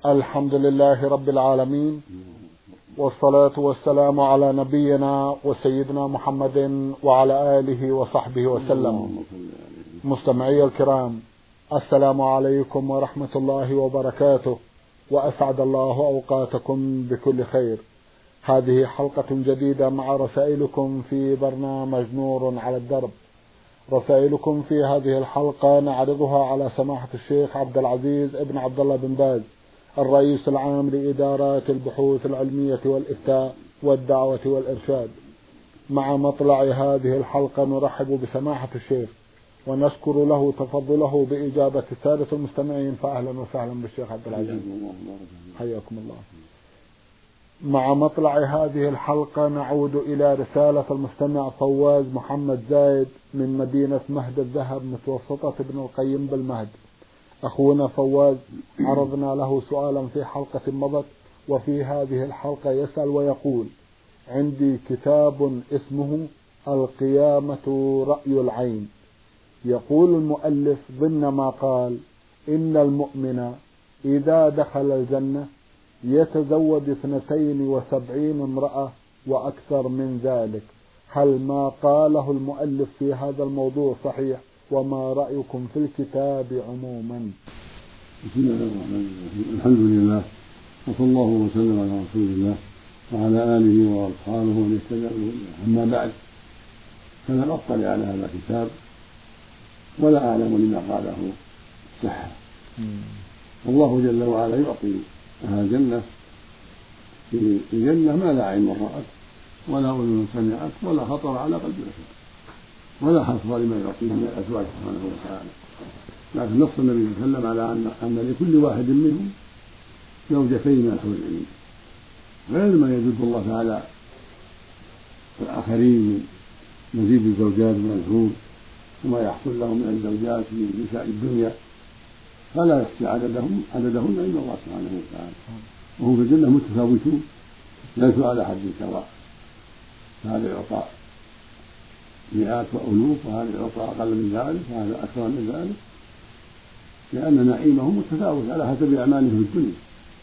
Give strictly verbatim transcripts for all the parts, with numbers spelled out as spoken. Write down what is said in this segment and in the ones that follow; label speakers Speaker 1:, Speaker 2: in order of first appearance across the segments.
Speaker 1: الحمد لله رب العالمين، والصلاة والسلام على نبينا وسيدنا محمد وعلى آله وصحبه وسلم. مستمعي الكرام، السلام عليكم ورحمة الله وبركاته، وأسعد الله أوقاتكم بكل خير. هذه حلقة جديدة مع رسائلكم في برنامج نور على الدرب. رسائلكم في هذه الحلقة نعرضها على سماحة الشيخ عبد العزيز ابن عبد الله بن باز، الرئيس العام لإدارات البحوث العلمية والإفتاء والدعوة والإرشاد. مع مطلع هذه الحلقة نرحب بسماحة الشيخ ونشكر له تفضله بإجابة السادة المستمعين، فأهلا وسهلا بالشيخ عبد العزيز، حياكم الله. مع مطلع هذه الحلقة نعود إلى رسالة المستمع فواز محمد زايد من مدينة مهد الذهب متوسطة ابن القيم بالمهد. أخونا فواز عرضنا له سؤالا في حلقة مضت، وفي هذه الحلقة يسأل ويقول: عندي كتاب اسمه القيامة رأي العين. يقول المؤلف ضمن ما قال إن المؤمن إذا دخل الجنة يتزوج اثنتين وسبعين امرأة وأكثر من ذلك، هل ما قاله المؤلف في هذا الموضوع صحيح؟ وما رأيكم في الكتاب عموما؟
Speaker 2: بسم الله الرحمن الرحيم، الحمد لله، وصلى الله وسلم على رسول الله وعلى آله وأصحابه ومن اهتدى بهداه. أما بعد، فلم أطلع على هذا الكتاب ولا أعلم لما قاله صحة. الله جل وعلا يعطي أهل الجنة في الجنة ما لا عين رأت ولا أذن سمعت ولا خطر على قلب بشر، ولا حصر لما يعطيه من الأزواج سبحانه وتعالى. لكن نص النبي صلى الله عليه وسلم على أن أن لكل واحد منهم زوجتين من الحور العين، غير ما يزيد الله تعالى الآخرين من مزيد الزوجات من الحور وما يحصل لهم من الزوجات من نساء الدنيا، فلا يخشى عددهم عددهن عند الله سبحانه وتعالى. وهم في الجنة متفاوتون، ليسوا على حد سواء، فهذا يعطى مئات وألوف وهذا يعطى أقل من ذلك وهذا أكثر من ذلك، لأن نعيمهم متفاوت على حسب أعمالهم في الدنيا.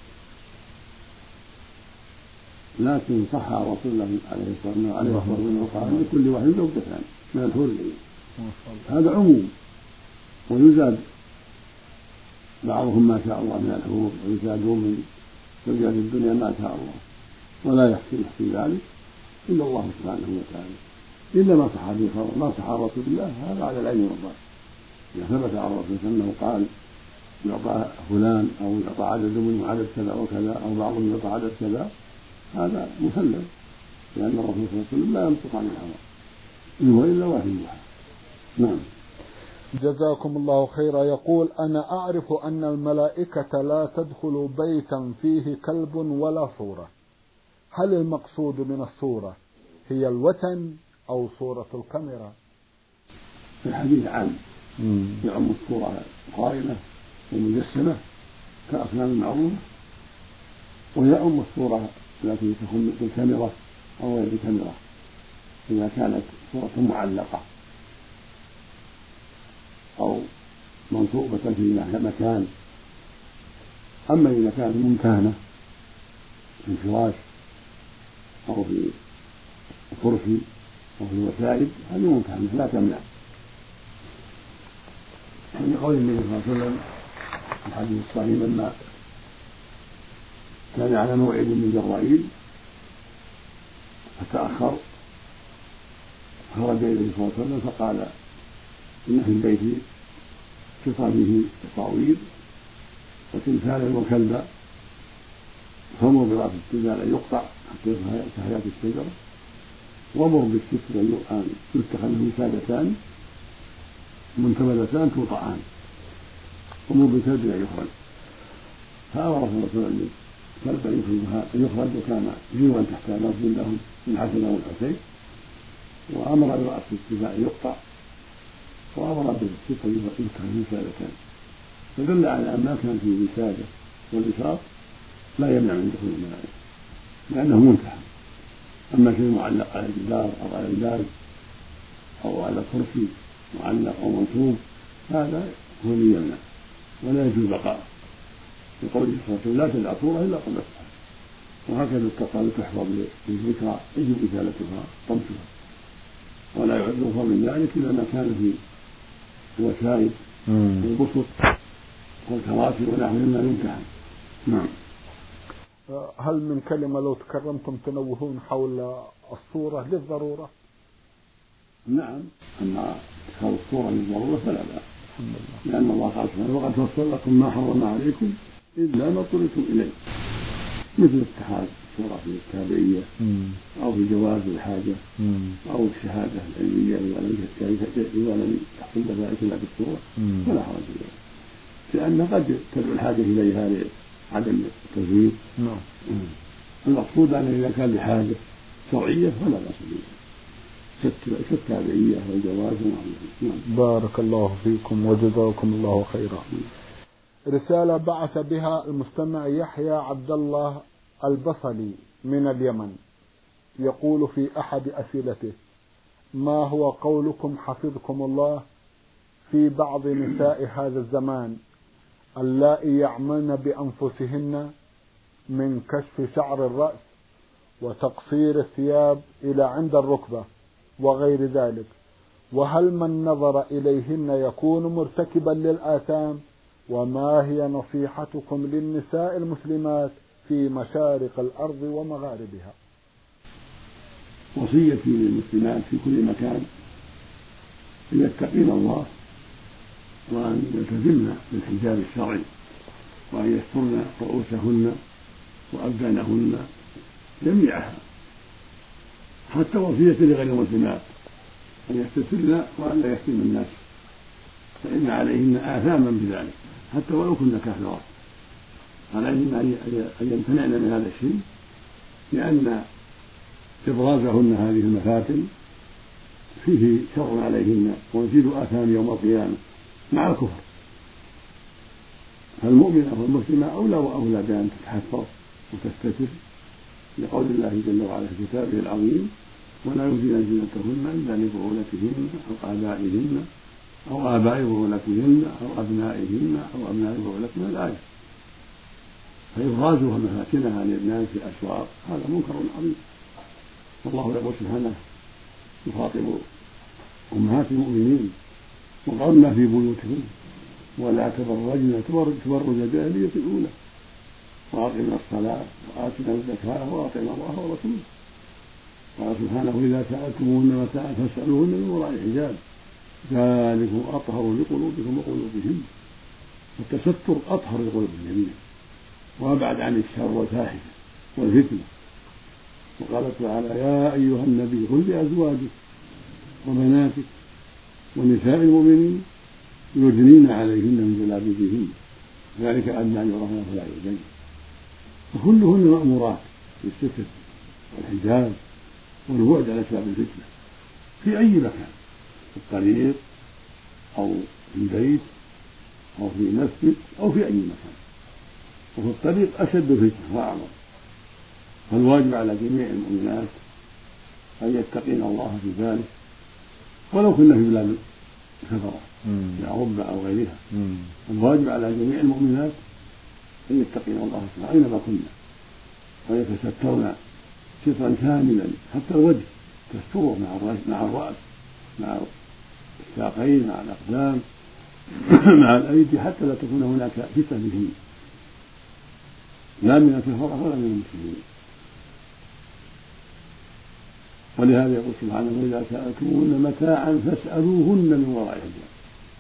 Speaker 2: لكن صح رسول الله عليه الصلاة والسلام قال لكل واحد زوجتان من الحور العين، هذا عموم، ويزاد بعضهم ما شاء الله من الحور ويزادون من زوجات الدنيا ما شاء الله، ولا يحصي يحصي ذلك إلا الله سبحانه وتعالى، إلا ما صح به خبر ما صح رسول الله هذا على العين والرأس. إذا ثبت عن الرسول أنه قال يعطى فلان أو يعطى عدد منه عدد كذا وكذا أو بعضهم يعطى عدد كذا، هذا مسلم، لأن الرسول صلى الله عليه وسلم لا ينطق عن الهوى إن هو إلا وحي يوحى. نعم.
Speaker 1: جزاكم الله خيرا. يقول: أنا أعرف أن الملائكة لا تدخل بيتا فيه كلب ولا صورة، هل المقصود من الصورة هي الوثن أو صورة الكاميرا؟
Speaker 2: الحديث عام يعم الصورة القائمة والمجسمة كأصنام المعروفة، ويعم الصورة التي تكون بالكاميرا أو غير الكاميرا إذا كانت صورة معلقة أو منصوبة في مكان. أما إذا كانت ممتهنة في الفراش أو في الكرسي أو في الوسائد هذه ممتهنة لا تمنع. من قول النبي صلى الله عليه وسلم في الحديث الصحيح لما كان على موعد من جبرائيل فتأخر خرج إليه صلى الله عليه وسلم فقال إن في البيت كصابه تصاوير وتمثالا وكلبا، فمر برأس التمثال أن يقطع حتى يصبح كحياة الشجرة، ومر بالستر أن يتخذ له وسادتان منتبذتان توطعان، ومر بالكلب أن يخرج. فأمر صلى الله عليه وسلم الكلب أن يخرج وكان جيوا تحت مسجد لهم من حسن والحسين، وأمر برأس التمثال أن يقطع، وأمر بالستر أن يتخذ وسادتان، فدل على أن ما كان فيه وسادة والبساط لا يمنع من دخول الملائكة لأنه منتهى. أما شيء معلق على الجدار أو على الباب أو على كرسي معلق أو منصوب هذا هو الذي يمنع ولا يجوز بقاء. لقوله صلى الله عليه وسلم لا تدع صورة إلا طمسها. وهكذا التصالح تحفظ للذكرى يجب إزالتها طمسها، ولا يعذرها من ذلك إلا ما كان في الوسائد والبسط والكراسي ونحو مما يمتحن. نعم.
Speaker 1: هل من كلمة لو تكرمتم تنوهون حول الصورة للضرورة؟
Speaker 2: نعم، أما اتخاذ الصورة للضرورة فلا بأس، لأن الله قال سبحانه وقد فصل لكم ما حرم عليكم إلا ما اضطررتم إليه، مثل اتخاذ الصورة في التابعية أو في جواز الحاجة أو الشهادة العلمية إذا لم تحصل ذلك إلا بالصورة فلا حرج ذلك، لأن قد تدعو الحاجة إليها لعدم التزوير. المقصود أنه إذا كان لحاجة شرعية فلا بأس به كالتابعية والجواز.
Speaker 1: بارك الله فيكم وجزاكم الله خيرا. رسالة بعث بها المستمع يحيى عبد الله البصلي من اليمن، يقول في أحد أسئلته: ما هو قولكم حفظكم الله في بعض نساء هذا الزمان اللائي يعملن بأنفسهن من كشف شعر الرأس وتقصير الثياب إلى عند الركبة وغير ذلك، وهل من نظر إليهن يكون مرتكبا للآثام؟ وما هي نصيحتكم للنساء المسلمات في مشارق الأرض ومغاربها؟
Speaker 2: وصيتي للمسلمات في كل مكان أن يتقين الله وأن يلتزمن بالحجاب الشرعي وأن يسترن رؤوسهن وأبدانهن جميعها، حتى وصية لغير المسلمات أن يستترن وأن لا يفتن الناس، فإن عليهن آثاما بذلك حتى ولو كن كافرات. عليهن أن يمتنعن من هذا الشيء، لأن إبرازهن هذه المفاتن فيه شر عليهن ويزيد آثام يوم القيامة مع الكفر. فالمؤمنة والمسلمة أولى وأولى بأن تتحفظ وتستتر، لقول الله جل وعلا في كتابه العظيم: ولا يبدين زينتهن إلا لبعولتهن أو آبائهن أو آباء بعولتهن أو أبنائهن أو أبناء بعولتهن. الآية. فإبرازها مفاتنها للناس في الأسواق هذا منكر عظيم، والله يقول سبحانه يخاطب أمهات المؤمنين: وقرن في بيوتهن ولا تبرجن تبرج الجاهلية الأولى وأقمنا الصلاة وآتنا الزكاة وأطعنا الله ورسوله. قال سبحانه: إذا سألتموهن متاعا فاسألوهن من وراء حجاب ذلكم أطهر لقلوبكم وقلوبهم. التستر أطهر لقلوب الجميع وأبعد عن الشر والفاحشة والفتنة. وقال تعالى: يا أيها النبي قل لأزواجك وبناتك ونساء المؤمنين يدنين عليهن من جلابيبهن ذلك أدنى أن يرهن فلا يؤذين. فكلهن مأمورات بالستر والحجاب والبعد عن أسباب الفتنة في أي مكان، في الطريق أو في البيت أو في المسجد أو في أي مكان. وفي الطريق أشد فتنة وأعظم، فالواجب على جميع المؤمنات أن يتقين الله في ذلك ولو كنا في بلاد كفرة كأوروبا أو غيرها. الواجب على جميع المؤمنات أن يتقين الله سبحانه أينما كنا ويتسترن سترا كاملا حتى الوجه تستره مع الرأس مع الساقين مع الأقدام مع الأيدي حتى لا تكون هناك فتنة بهن لا من الكفرة ولا من المسلمين. ولهذا يقول سبحانه: إذا سألتموهن متاعا فاسألوهن من وراء حجاب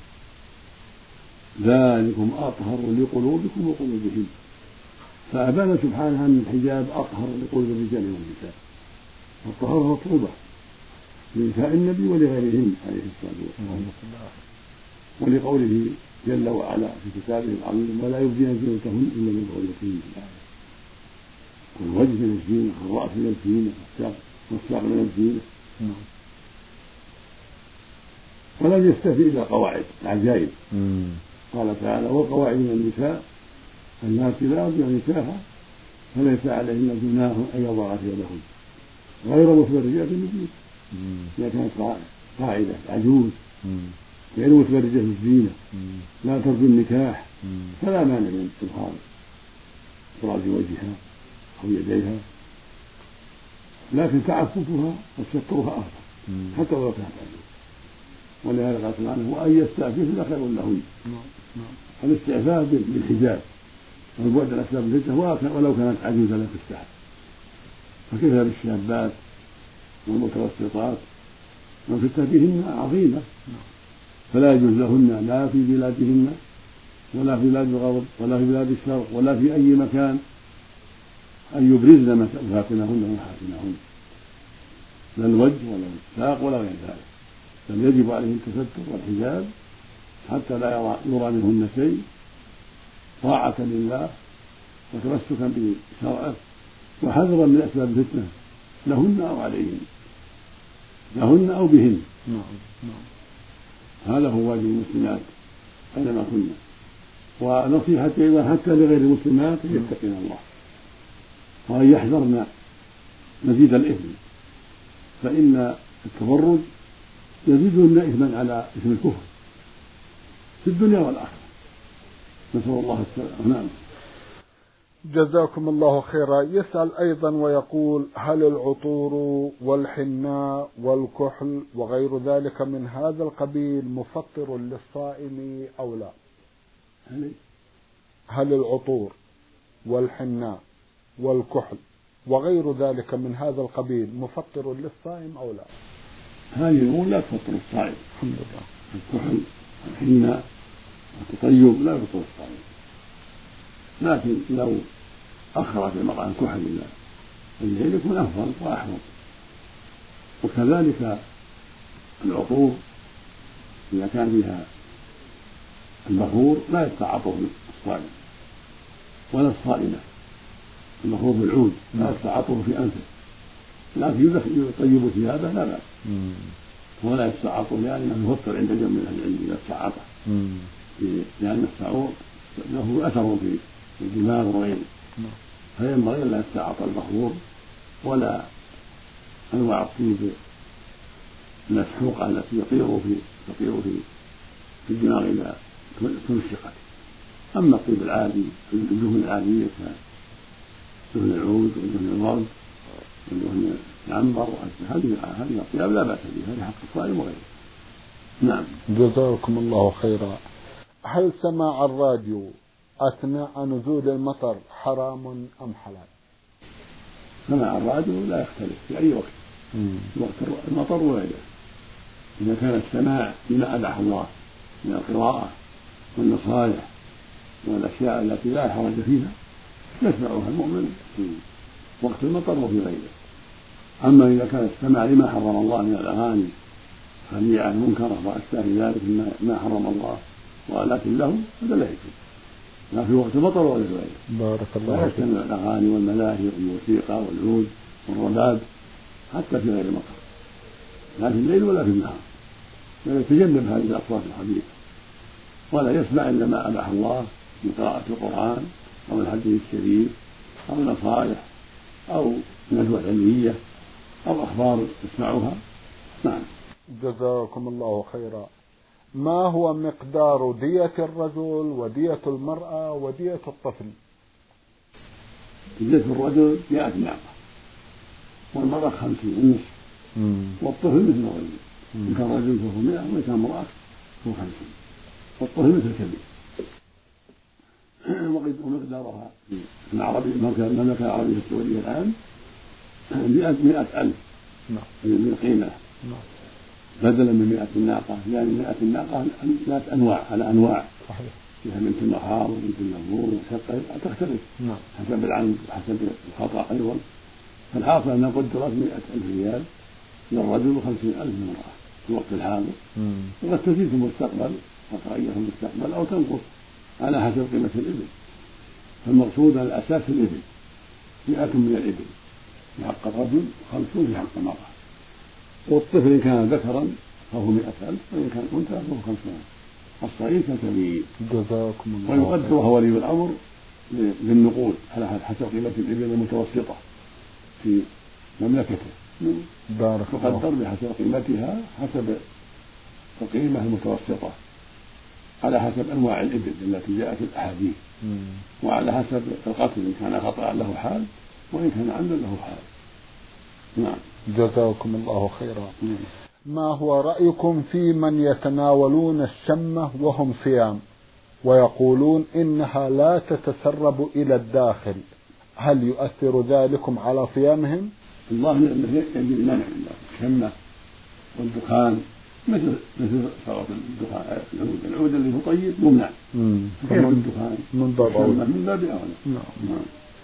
Speaker 2: ذلكم أطهر لقلوبكم وقلوبهم. فأبان سبحانه أن الحجاب أطهر لقلوب الرجال والنساء، والطهارة مطلوبة لنساء النبي ولغيرهم عليه الصلاة والسلام. ولقوله جل وعلا في كتابه العظيم: ولا يبدين زينتهن إلا من بعولتهن. والوجه من الزينة والرأس من الزينة والساق من الزينة. ولم يستثني إلا قواعد العجائب. قال تعالى: وقواعد من النساء اللاتي لا يرجون نكاحا فليس عليهن جناح أن يضعن ثيابهن غير متبرجات بالزينة. إذا كانت قاعدة عجوز غير متبرجة بالزينة لا ترجو النكاح فلا مانع من إظهار إفراج وجهها أو يديها، لكن تعففها وسترها أفضل حتى ولو كانت عجوز. ولهذا قال سبحانه وأن يستعففن خير لهن. الاستعفاف بالحجاب والبعد عن أسباب الفتنة ولو كانت عجوزة لا تستحب، فكيف بالشابات والمتوسطات والفتنة بهن عظيمة، فلا يجوز لهن لا في بلادهن ولا في بلاد الغرب ولا في بلاد الشرق ولا في أي مكان أن يبرزن مفاتنهن ومحاسنهن، لا الوجه ولا الساق ولا غير ذلك، بل يجب عليهن التستر والحجاب حتى لا يرى منهن شيء، طاعة لله وتمسكا بشرعه وحذرا من أسباب الفتنة لهن أو عليهن، لهن أو بهن. هذا هو واجب المسلمات أينما كنا. ونصيحة أيضا حتى لغير المسلمات أن يتقين الله وأن يحذرن مزيد الإثم، فإن التبرج يزيدهن إثما على إثم الكفر في الدنيا والآخرة، نسأل الله السلامة. نعم.
Speaker 1: جزاكم الله خيرا. يسأل أيضا ويقول: هل العطور والحناء والكحل وغير ذلك من هذا القبيل مفطر للصائم أو لا؟ هل العطور والحناء والكحل وغير ذلك من هذا القبيل مفطر للصائم أو لا؟
Speaker 2: هذه الأمور لا تفطر الصائم
Speaker 1: الحمد لله.
Speaker 2: الكحل والحناء والتطيب لا يفطر الصائم، لكن لو أخرت المرأة الكحل إلى الليل يكون أفضل وأحوط. وكذلك العطور إذا كان فيها البخور لا يتعاطف الصائم ولا الصائمة، البخور بالعود لا يتعاطف في أنفه، لكن يطيب ثيابه لا بأس، ولا يتعاطف لأنه يفطر عند جمع من أهل العلم إذا استعاطه، لأن السعور له أثر في الدماغ وغيره، فينبغي أن لا يتعاطى البخور ولا أنواع الطيب المسحوقة التي يطير في تطير في في الدماغ إذا تنشقت. أما الطيب العادي الدهن العادية كدهن العود ودهن الورد ودهن العنبر هذه هذه الأطياب لا بأس بها لحق الصائم وغيره. نعم.
Speaker 1: جزاكم الله خيرا. هل سماع الراديو أثناء نزول المطر حرام أم حلال؟
Speaker 2: سماع الراديو لا يختلف في أي وقت، مم. وقت المطر وغيره، إذا كان السماع بما أباح الله من القراءة والنصائح والأشياء التي لا حرج فيها يسمعها المؤمن في وقت المطر وفي غيره. أما إذا كان السماع لما حرم الله من الأغاني خليعة منكرة وأشباه ذلك ما حرم الله وآلات له هذا لا يجوز، لا في وقت المطر ولا في غيره.
Speaker 1: بارك الله
Speaker 2: فيك. لا يستمع الأغاني والملاهي والموسيقى والعود والرباب حتى في غير المطر، لا في الليل ولا في النهار، ويتجنب هذه الأصوات الخبيثة، ولا يسمع إلا ما أباح الله من قراءة القرآن أو الحديث الشريف أو نصائح أو ندوة علمية أو أخبار يسمعها. نعم.
Speaker 1: جزاكم الله خيرا. ما هو مقدار دية الرجل ودية المرأة ودية الطفل؟
Speaker 2: دية الرجل مئة ناقة والمرأة خمسين ونصف والطفل مثل الرجل، إن كان رجل فهو مئة وإن كان امرأة فهو خمسين والطفل مثل الكبير. ومقدارها في المملكة العربية السعودية الآن مئة ألف من قيمة بدلا من مئة ناقة، يعني مئة ناقة ذات أنواع على أنواع، فيها بنت النهار وبنت النمور وشقة تختلف حسب العمد وحسب الخطأ أيضا. فالحاصل أنها قدرت مئة ألف ريال للرجل وخمسين ألف للمرأة في الوقت الحاضر، وقد تزيد في المستقبل وتغير في المستقبل أو تنقص على حسب قيمة الإبل. فالمقصود أن الأساس في الإبل مئة من الإبل في حق الرجل وخمسون في حق المرأة، والطفل إن كان ذكرا فهو مئة ألف وإن كان أنثى فهو خمسون ألف، الصغير كالكبير.
Speaker 1: جزاكم الله.
Speaker 2: ويقدرها ولي الأمر بالنقود على حسب قيمة الإبل المتوسطة في مملكته، تقدر بحسب قيمتها حسب القيمة المتوسطة على حسب أنواع الإبل التي جاءت في الأحاديث، وعلى حسب القتل إن كان خطأ له حال وإن كان عمدا له حال. نعم.
Speaker 1: جزاكم الله خيرا.
Speaker 2: مم.
Speaker 1: ما هو رأيكم في من يتناولون الشمة وهم صيام ويقولون إنها لا تتسرب إلى الداخل، هل يؤثر ذلكم على صيامهم؟
Speaker 2: الله يجب المنع من الشمة والدخان مثل مثل صوت الدخان العود العود اللي هو طيب يمنع. كيف الدخان
Speaker 1: من باب أولى
Speaker 2: من باب أولى.
Speaker 1: نعم.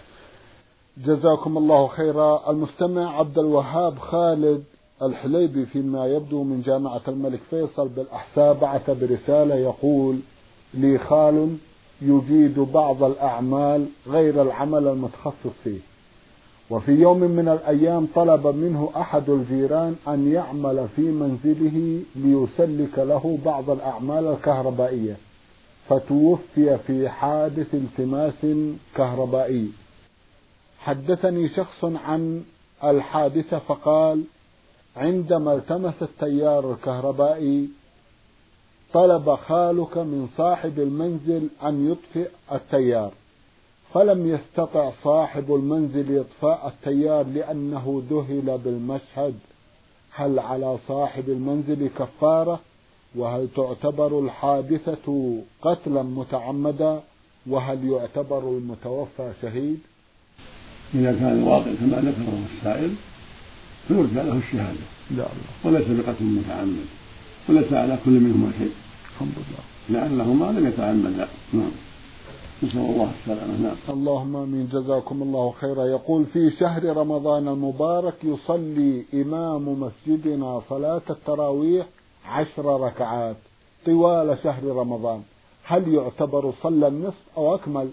Speaker 1: جزاكم الله خيرا. المستمع عبد الوهاب خالد الحليبي فيما يبدو من جامعة الملك فيصل بالأحساء بعث برسالة يقول: لي خال يجيد بعض الأعمال غير العمل المتخصص فيه، وفي يوم من الأيام طلب منه أحد الجيران أن يعمل في منزله ليسلك له بعض الأعمال الكهربائية، فتوفي في حادث التماس كهربائي. حدثني شخص عن الحادثة فقال: عندما التمس التيار الكهربائي طلب خالك من صاحب المنزل أن يطفئ التيار، فلم يستطع صاحب المنزل إطفاء التيار لأنه ذهل بالمشهد. هل على صاحب المنزل كفارة؟ وهل تعتبر الحادثة قتلا متعمدا؟ وهل يعتبر المتوفى شهيد؟
Speaker 2: إذا كان الواقع كما ذكره السائل فيرجى له الشهادة وليس بقتل متعمد، وليس على كل منهما شيء
Speaker 1: الحمد لله
Speaker 2: لأنهما لم يتعمدا. نعم. نسأل الله السلامة. نعم.
Speaker 1: اللهم آمين. جزاكم الله خيرا. يقول: في شهر رمضان المبارك يصلي إمام مسجدنا صلاة التراويح عشر ركعات طوال شهر رمضان، هل يعتبر صلى النصف أو أكمل؟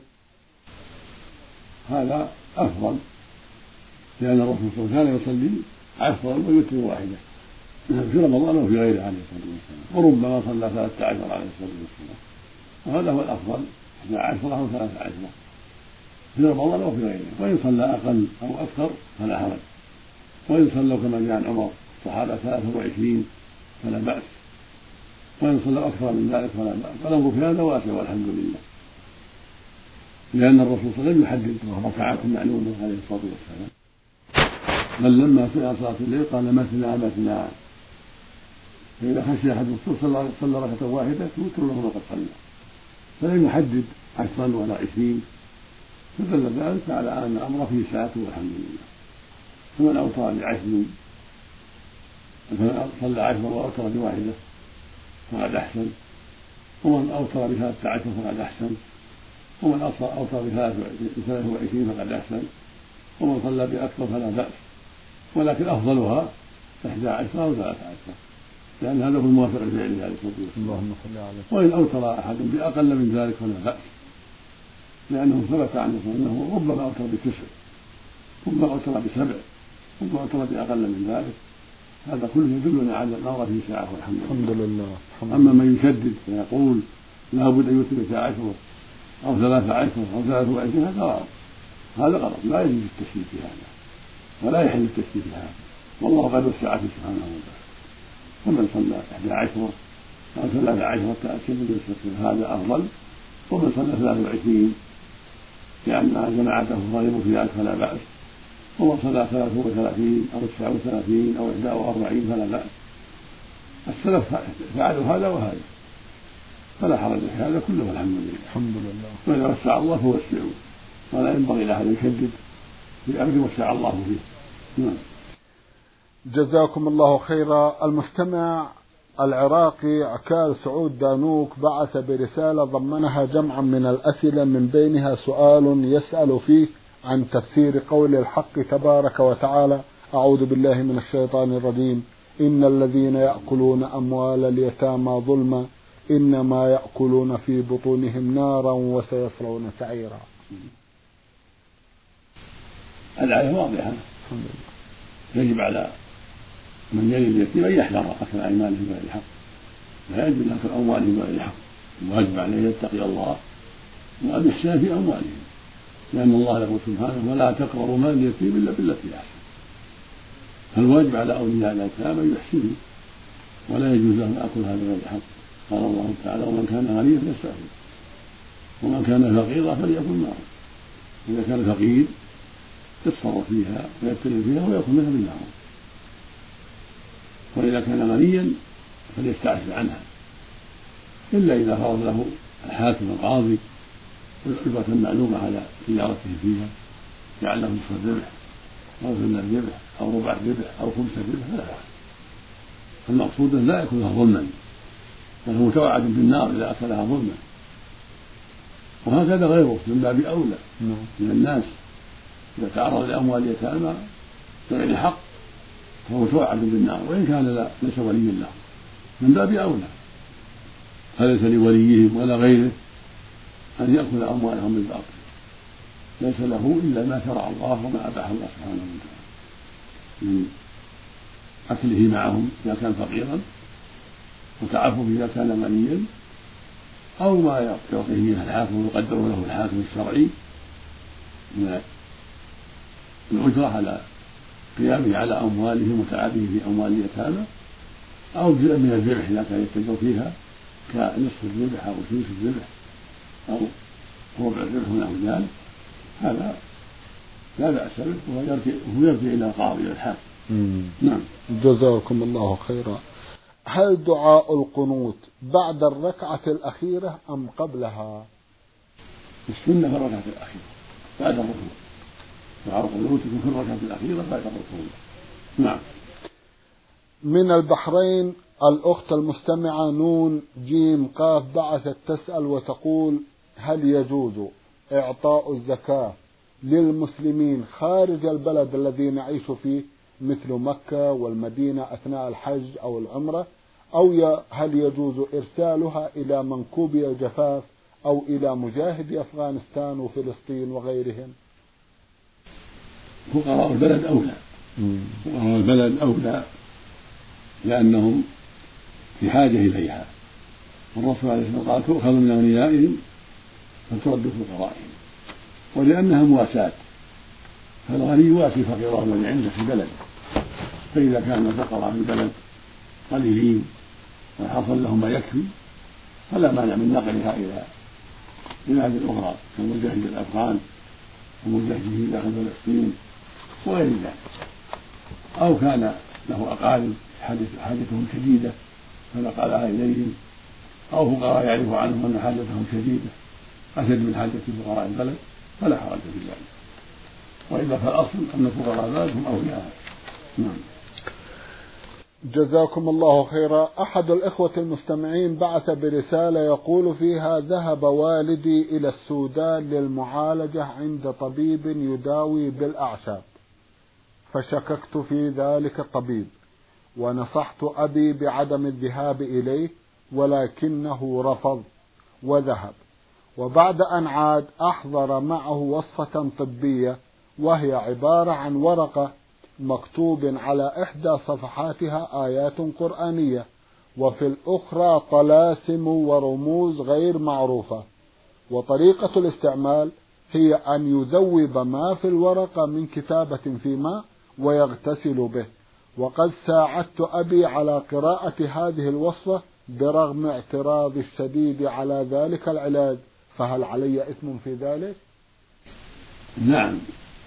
Speaker 2: هذا أفضل، لأن الرسول صلى الله عليه وسلم كان يصلي عشرا ويوتر واحدة في رمضان وفي غيره عليه الصلاة والسلام، وربما صلى ثلاثة عشر عليه الصلاة والسلام، وهذا هو الأفضل، اثنا عشر أو ثلاثة عشر في رمضان وفي غيره. وإن صلى أقل أو أكثر فلا حرج، وإن صلوا كما جاء عن عمر الصحابة ثلاثة وعشرين فلا بأس، وإن صلوا أكثر من ذلك فلا بأس. والأمر في هذا واسع والحمد لله، لأن الرسول صلى الله عليه وسلم يحدد ركعات معلومة عليه الصلاة والسلام، بل لما سئل صلاة الليل قال مثنى مثنى، فإذا خشي أحد الصلاة صلى ركعة واحدة توتر له ما قد صلى، فلم يحدد عشرا ولا عشرين، فدل ذلك على أن الأمر فيه سعة والحمد لله. فمن أوتر بعشر فمن صلى عشرا وأوتر بواحدة فقد أحسن، ومن أوتر بثلاثة عشر فقد أحسن، ومن أوتر بثلاثة وعشرين فقد أحسن، ومن صلى بأكثر فلا بأس، ولكن أفضلها إحدى عشر أو ثلاثة عشر، لأن هذا هو الموافق لفعله عليه الصلاة والسلام. وإن أوتر أحد بأقل من ذلك فلا بأس، لأنه ثبت عنه أنه ربما أوتر بتسع، ربما أوتر بسبع، ربما أوتر بأقل من ذلك، هذا كله يدلنا على الأمر فيه ساعة والحمد لله. أما من يشدد فيقول لا بد أن يوتر عشر أو ثلاثة عشر أو ثلاثة وعشرين هذا غلط، هذا غلط، لا يجوز التشديد في هذا ولا يحل التشديد في هذا، والله قد وسع سبحانه وتعالى. فمن صلى إحدى عشرة أو ثلاثة عشرة تأكد هذا أفضل، ومن صلى ثلاثة وعشرين لأن جماعته الظالم في ذلك فلا بأس، ومن صلى ثلاثة وثلاثين أو تسعة وثلاثين أو إحدى وأربعين فلا بأس. السلف فعلوا هذا وهذا فلا حرج في هذا كله والحمد لله.
Speaker 1: الحمد لله.
Speaker 2: وإذا وسع الله فوسعوا، ولا ينبغي لأحد يشدد في أمر وسع الله فيه. نعم.
Speaker 1: جزاكم الله خيرا. المستمع العراقي عكال سعود دانوك بعث برسالة ضمنها جمعا من الأسئلة، من بينها سؤال يسأل فيه عن تفسير قول الحق تبارك وتعالى: أعوذ بالله من الشيطان الرجيم، إن الذين يأكلون أموال اليتامى ظلما إنما يأكلون في بطونهم نارا وسيصلون سعيرا.
Speaker 2: الآية واضحة، يجب على من يلي اليتيم أن يحذر أكل أيمانه بغير الحق، لا يجب أن أكل أموالهم بغير الحق، الواجب عليه أن يتقي الله وأن يحسن في أموالهم، لأن الله يقول سبحانه: ولا تقربوا مال اليتيم إلا بالتي أحسن. فالواجب على أولياء الأيتام أن يحسنوا، ولا يجوز لهم أكلها بغير الحق، قال الله تعالى ومن كان غنيا فليستعفف ومن كان فقيرا فليكن معه. إذا كان فقير يتصرف فيها ويبتلي فيها ويأكل منها بالمعروف، وإذا كان غنيا فليستعفف عنها، إلا إذا فرض له الحاكم القاضي الإجرة معلومة على تجارته فيها، جعل له نصف الربح أو ثلث الربح أو ربع الربح أو خمس الربح فلا بأس. المقصود أن لا يكون لها ظلما، بل هو متوعد بالنار إذا أكلها ظلما، وهكذا غيره من باب أولى من الناس إذا تعرض لأموال اليتامى بغير حق فهو متوعد بالنار وإن كان ليس وليا له، من باب أولى. فليس لوليهم ولا غيره أن يأكل أموالهم بالباطل، ليس له إلا ما شرع الله وما أباح الله سبحانه وتعالى من أكله معهم إذا كان فقيرا، وتعفف إذا كان غنيا، أو ما يعطيه منها الحاكم ويقدر له الحاكم الشرعي من الأجرة على قيامه على أموالهم وتعبه في أموال اليتامى، أو جزء من الربح إذا كان يتجر فيها كنصف الربح أو ثلث الربح أو ربع الربح ونحو ذلك، هذا لا بأس به وهو يرجع إلى القاضي والحاكم. نعم.
Speaker 1: جزاكم الله خيرا. هل دعاء القنوت بعد الركعة الأخيرة أم قبلها؟
Speaker 2: السنة في الركعة الأخيرة بعد الركوع، دعاء القنوت يكون في الركعة الأخيرة بعد الركوع. نعم.
Speaker 1: من البحرين الأخت المستمعة نون جيم قاف بعثت تسأل وتقول: هل يجوز إعطاء الزكاة للمسلمين خارج البلد الذي نعيش فيه مثل مكة والمدينة أثناء الحج أو العمرة، أو هل يجوز إرسالها إلى منكوبي الجفاف أو إلى مجاهدي أفغانستان وفلسطين وغيرهم؟
Speaker 2: فقراء البلد أولى، فقراء البلد أولى لأنهم في حاجة إليها، والرسول عليه الصلاة والسلام قال تؤخذ من أغنيائهم فترد فقرائهم، ولأنها مواساة، فالغني يواسي فقيره الذي عنده في بلده، فإذا كان الفقراء في البلد قليلين وحصل لهم ما يكفي فلا مانع من نقلها إلى بلاد أخرى كمجاهد الأفغان ومجاهدين داخل فلسطين وغير ذلك، أو كان له أقارب حاجتهم شديدة فنقلها إليهم، أو فقراء يعرف عنهم أن حاجتهم شديدة أشد من حاجة فقراء البلد فلا حرج في ذلك، وإلا فالأصل أن فقراء البلد هم أولياء. نعم.
Speaker 1: جزاكم الله خيرا. أحد الإخوة المستمعين بعث برسالة يقول فيها: ذهب والدي إلى السودان للمعالجة عند طبيب يداوي بالأعشاب، فشككت في ذلك الطبيب ونصحت أبي بعدم الذهاب إليه ولكنه رفض وذهب، وبعد أن عاد أحضر معه وصفة طبية وهي عبارة عن ورقة مكتوب على إحدى صفحاتها آيات قرآنية وفي الأخرى طلاسم ورموز غير معروفة، وطريقة الاستعمال هي أن يذوب ما في الورقة من كتابة في ماء ويغتسل به، وقد ساعدت أبي على قراءة هذه الوصفة برغم اعتراض الشديد على ذلك العلاج، فهل علي إثم في ذلك؟
Speaker 2: نعم،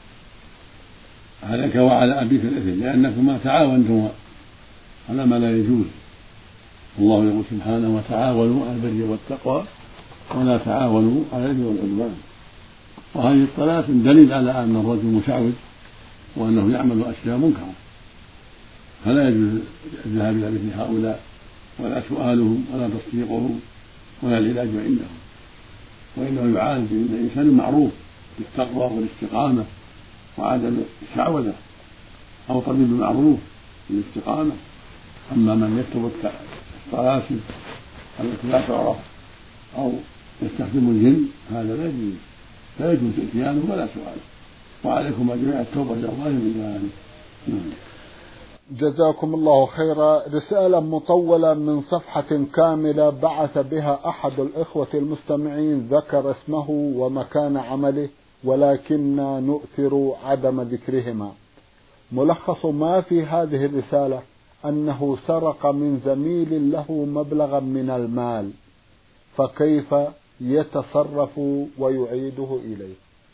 Speaker 2: عليك وعلى أبيك الإثم لأنكما تعاونتما على ما لا يجوز. الله يقول سبحانه: وتعاونوا على البر والتقوى ولا تعاونوا على الإثم والعدوان. وهذه الطلاسم دليل على أن الرجل مشعوذ وأنه يعمل أشياء منكرة، فلا يجوز الذهاب إلى مثل هؤلاء ولا سؤالهم ولا تصديقهم ولا العلاج عندهم، وإنه يعالج عند إنسان معروف بالتقوى والاستقامة وعدم الشعوذة، أو طبيب معروف بالاستقامة. أما من يكتب الطلاسم التي لا تعرف أو يستخدم الجن هذا لا يجوز، لا يجوز إتيانه ولا سؤاله، وعليكم جميع التوبة إلى الله من ذلك.
Speaker 1: جزاكم الله خيرا. رسالة مطولة من صفحة كاملة بعث بها أحد الإخوة المستمعين، ذكر اسمه ومكان عمله ولكننا نؤثر عدم ذكرهما. ملخص ما في هذه الرسالة أنه سرق من زميل له مبلغا من المال، فكيف يتصرف ويعيده إليه؟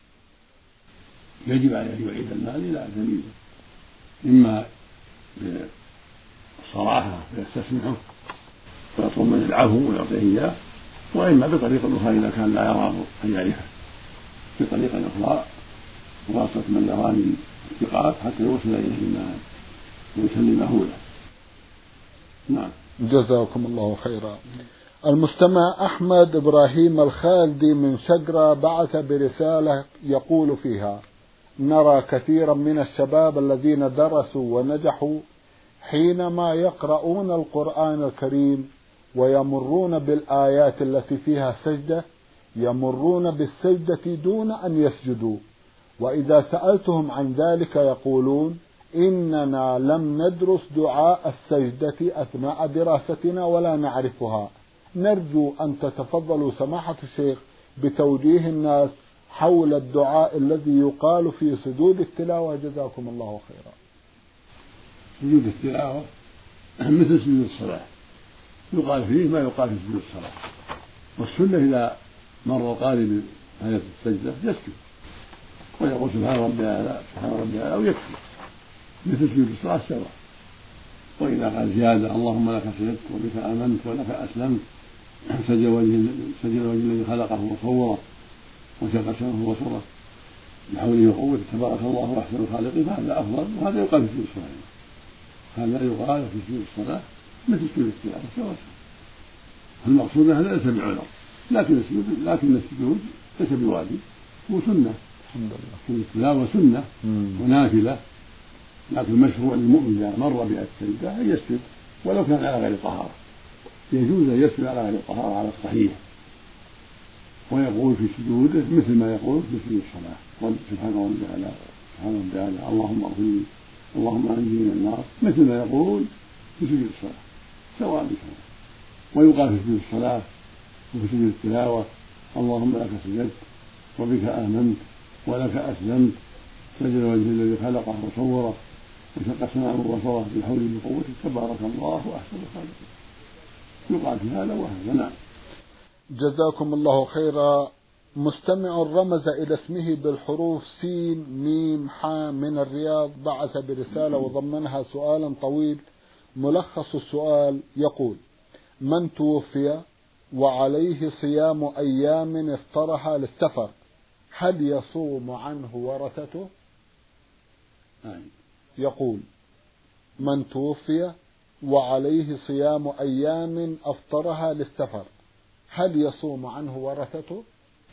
Speaker 2: يجب عليه أن يعيد المال إلى زميله، إما بالصراحة فيستسمحه ويطلب منه العفو ويعطيه إياه، وإما بطريقة أخرى إذا كان لا يراه أن يعرفه بطريقة أخرى واسطة من يراني الثقات حتى يوصل إليه المال ويسلمه له. نعم.
Speaker 1: جزاكم الله خيرا. المستمع أحمد إبراهيم الخالدي من شقرة بعث برسالة يقول فيها: نرى كثيرا من الشباب الذين درسوا ونجحوا حينما يقرؤون القرآن الكريم ويمرون بالآيات التي فيها سجدة يمرون بالسجدة دون أن يسجدوا، وإذا سألتهم عن ذلك يقولون إننا لم ندرس دعاء السجدة أثناء دراستنا ولا نعرفها. نرجو أن تتفضلوا سماحة الشيخ بتوجيه الناس حول الدعاء الذي يقال في سجود التلاوة، جزاكم الله خيرا.
Speaker 2: سجود التلاوة مثل سجود الصلاة، يقال فيه ما يقال في سجود الصلاة، والسنة إذا مر القارئ بآية السجدة يسجد ويقول سبحان ربي الأعلى سبحان ربي الأعلى، أو يكفي مثل سجود الصلاة سواء. وإذا قال زيادة اللهم لك سجدت وبك آمنت ولك أسلمت سجد وجه الوجه الذي خلقه وصوره وشق سمعه وبصره بحوله وقوته تبارك الله أحسن الخالقين، فهذا أفضل، وهذا يقال في سجود الصلاة. هذا يقال في سجود الصلاة مثل سجود التلاوة سواء. المقصود هذا ليس بعذر، لكن السجود لكن السجود ليس بواجب، هو سنة.
Speaker 1: الحمد لله.
Speaker 2: سجود التلاوة سنة ونافلة، لكن مشروع للمؤمن إذا مر بآية السجدة أن يسجد ولو كان على غير طهارة، يجوز أن يسجد على غير الطهارة على الصحيح، ويقول في سجوده مثل ما يقول في سجود الصلاة: سبحان ربي الأعلى سبحان ربي الأعلى اللهم اغفر لي اللهم أنجني من النار، مثل ما يقول في سجود الصلاة سواء بسواء. ويقال في سجود الصلاة وفي سجود التلاوة: اللهم لك سجدت وبك آمنت ولك أسلمت سجد وجه الذي خلقه وصوره وشق سمعه وبصره بحوله وقوته تبارك الله أحسن الخالقين. يقال في هذا وهذا. نعم.
Speaker 1: جزاكم الله خيرا. مستمع رمز إلى اسمه بالحروف سين ميم حا من الرياض بعث برسالة وضمنها سؤالا طويل. ملخص السؤال يقول: من توفي وعليه صيام أيام افطرها للسفر هل يصوم عنه ورثته؟ يقول: من توفي وعليه صيام أيام أفطرها للسفر هل يصوم عنه ورثته؟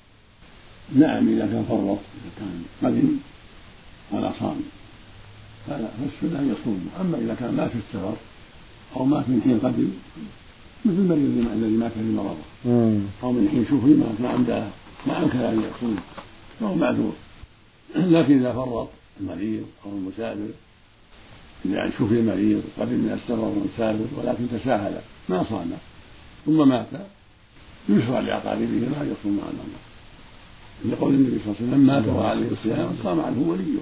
Speaker 2: نعم، إذا كان فرط، إذا كان قدم ولا صام فالسنة أن يصوم. أما إذا كان مات في السفر أو مات من حين قدم مثل المريض الذي مات في مرضه أو من حين شوفي مات ما عنده ما أمكن أن يصوم فهو معذور. لكن إذا فرط المريض أو المسافر، إذا شوفي المريض قدم من السفر والمسافر ولكن تساهل ما صام ثم مات يشرع لأقاربه ما يصوم عن الله، لقول النبي صلى الله عليه وسلم: مات وعليه الصيام صام عنه وليه.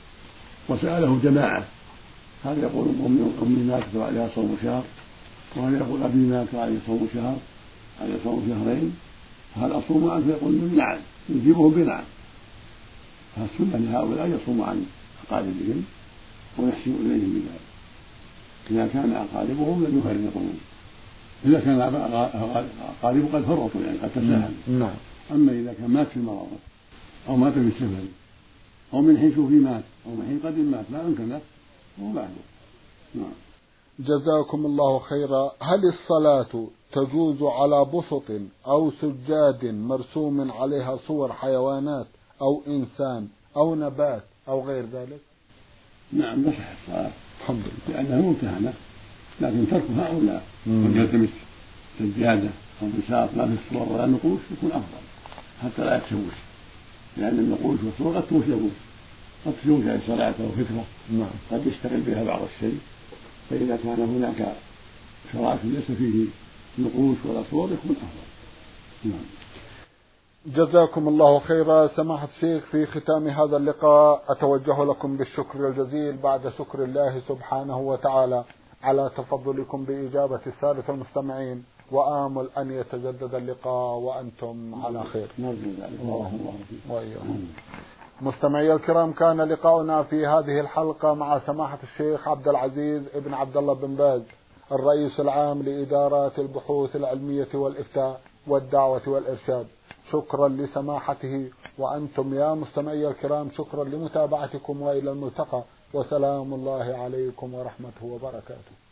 Speaker 2: وسأله جماعة، هذا يقول أمي ماتت وعليها صوم شهر، وهذا يقول أبي مات وعليه صوم شهر عليه صوم شهرين، فهل أصوم عنه؟ فيقول نعم، يجيبهم بنعم. فالسنة لهؤلاء يصوم عن أقاربهم ويحسن إليهم بذلك إذا كان أقاربهم لم يفرقون، إذا كان أقارب قد فرطوا يعني قد تساهلوا. أما إذا كان مات في المرض أو مات في السفر أو من حين شوفي مات أو من حين قدم مات لا يمكن له هو معذور. نعم.
Speaker 1: جزاكم الله خيرا. هل الصلاة تجوز على بسط أو سجاد مرسوم عليها صور حيوانات أو إنسان أو نبات أو غير ذلك؟
Speaker 2: نعم، تصح الصلاة
Speaker 1: الحمد لله
Speaker 2: لأنها ممتهنة، لكن تركها أولى. من يلتمس سجادة أو بساط ما في الصور ولا نقوش يكون أفضل حتى لا يتشوش، لأن النقوش والصور قد تشوش قد تشوش عن صلاة أو فكرة
Speaker 1: نعم.
Speaker 2: قد يشتغل بها بعض الشيء، فإذا كان هناك شرائط ليس فيه نقوش ولا صور يكون أفضل. نعم.
Speaker 1: جزاكم الله خيرا. سماحة الشيخ، في ختام هذا اللقاء أتوجه لكم بالشكر الجزيل بعد شكر الله سبحانه وتعالى على تفضلكم بإجابة السادة المستمعين، وآمل أن يتجدد اللقاء وأنتم على خير. اللهم وإياكم. مستمعي الكرام، كان لقاؤنا في هذه الحلقة مع سماحة الشيخ عبد العزيز ابن عبد الله بن باز، الرئيس العام لإدارات البحوث العلمية والإفتاء والدعوة والإرشاد. شكرا لسماحته، وأنتم يا مستمعي الكرام شكرا لمتابعتكم، وإلى الملتقى، وسلام الله عليكم ورحمته وبركاته.